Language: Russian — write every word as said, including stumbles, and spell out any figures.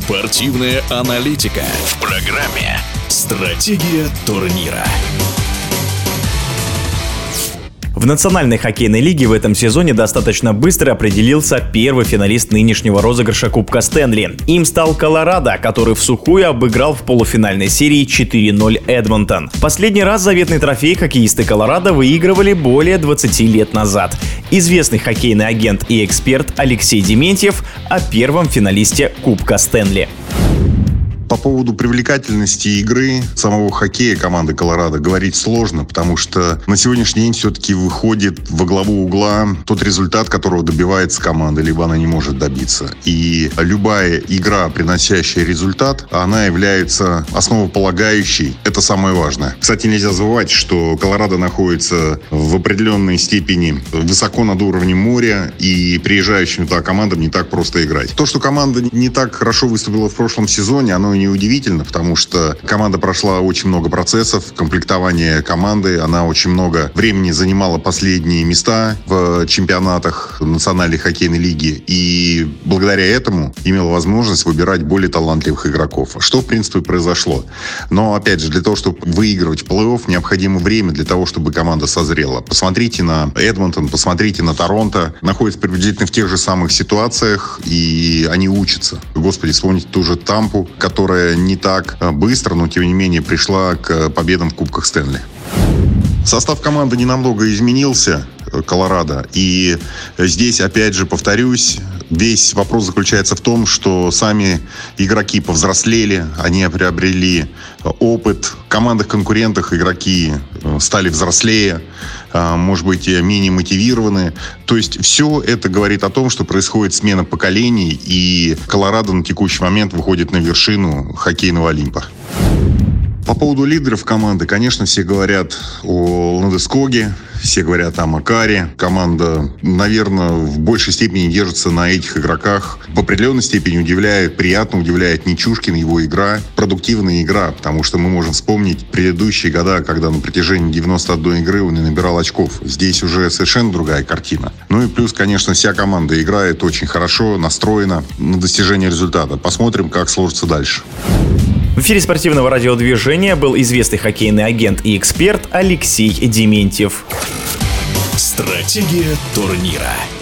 Спортивная аналитика в программе «Стратегия турнира». В Национальной хоккейной лиге в этом сезоне достаточно быстро определился первый финалист нынешнего розыгрыша Кубка Стэнли. Им стал Колорадо, который всухую обыграл в полуфинальной серии четыре ноль Эдмонтон. Последний раз заветный трофей хоккеисты Колорадо выигрывали более двадцати лет назад. Известный хоккейный агент и эксперт Алексей Дементьев о первом финалисте Кубка Стэнли. По поводу привлекательности игры самого хоккея команды Колорадо говорить сложно, потому что на сегодняшний день все-таки выходит во главу угла тот результат, которого добивается команда, либо она не может добиться. И любая игра, приносящая результат, она является основополагающей. Это самое важное. Кстати, нельзя забывать, что Колорадо находится в определенной степени высоко над уровнем моря, и приезжающим туда командам не так просто играть. То, что команда не так хорошо выступила в прошлом сезоне, оно неудивительно, потому что команда прошла очень много процессов, комплектование команды, она очень много времени занимала последние места в чемпионатах Национальной хоккейной лиги, и благодаря этому имела возможность выбирать более талантливых игроков, что в принципе и произошло. Но опять же, для того, чтобы выигрывать в плей-офф, необходимо время для того, чтобы команда созрела. Посмотрите на Эдмонтон, посмотрите на Торонто, находятся приблизительно в тех же самых ситуациях, и они учатся. Господи, вспомните ту же Тампу, которая не так быстро, но тем не менее пришла к победам в Кубках Стэнли. Состав команды ненамного изменился, Колорадо, и здесь, опять же, повторюсь, весь вопрос заключается в том, что сами игроки повзрослели, они приобрели опыт, в командах-конкурентах игроки стали взрослее, может быть, менее мотивированы. То есть все это говорит о том, что происходит смена поколений, и Колорадо на текущий момент выходит на вершину хоккейного Олимпа. По поводу лидеров команды, конечно, все говорят о Ландескоге, все говорят о Макаре. Команда, наверное, в большей степени держится на этих игроках. В определенной степени удивляет, приятно удивляет Нечушкин, его игра, продуктивная игра, потому что мы можем вспомнить предыдущие года, когда на протяжении девяноста одной игры он не набирал очков. Здесь уже совершенно другая картина. Ну и плюс, конечно, вся команда играет очень хорошо, настроена на достижение результата. Посмотрим, как сложится дальше. В эфире спортивного радиодвижения был известный хоккейный агент и эксперт Алексей Дементьев. Стратегия турнира.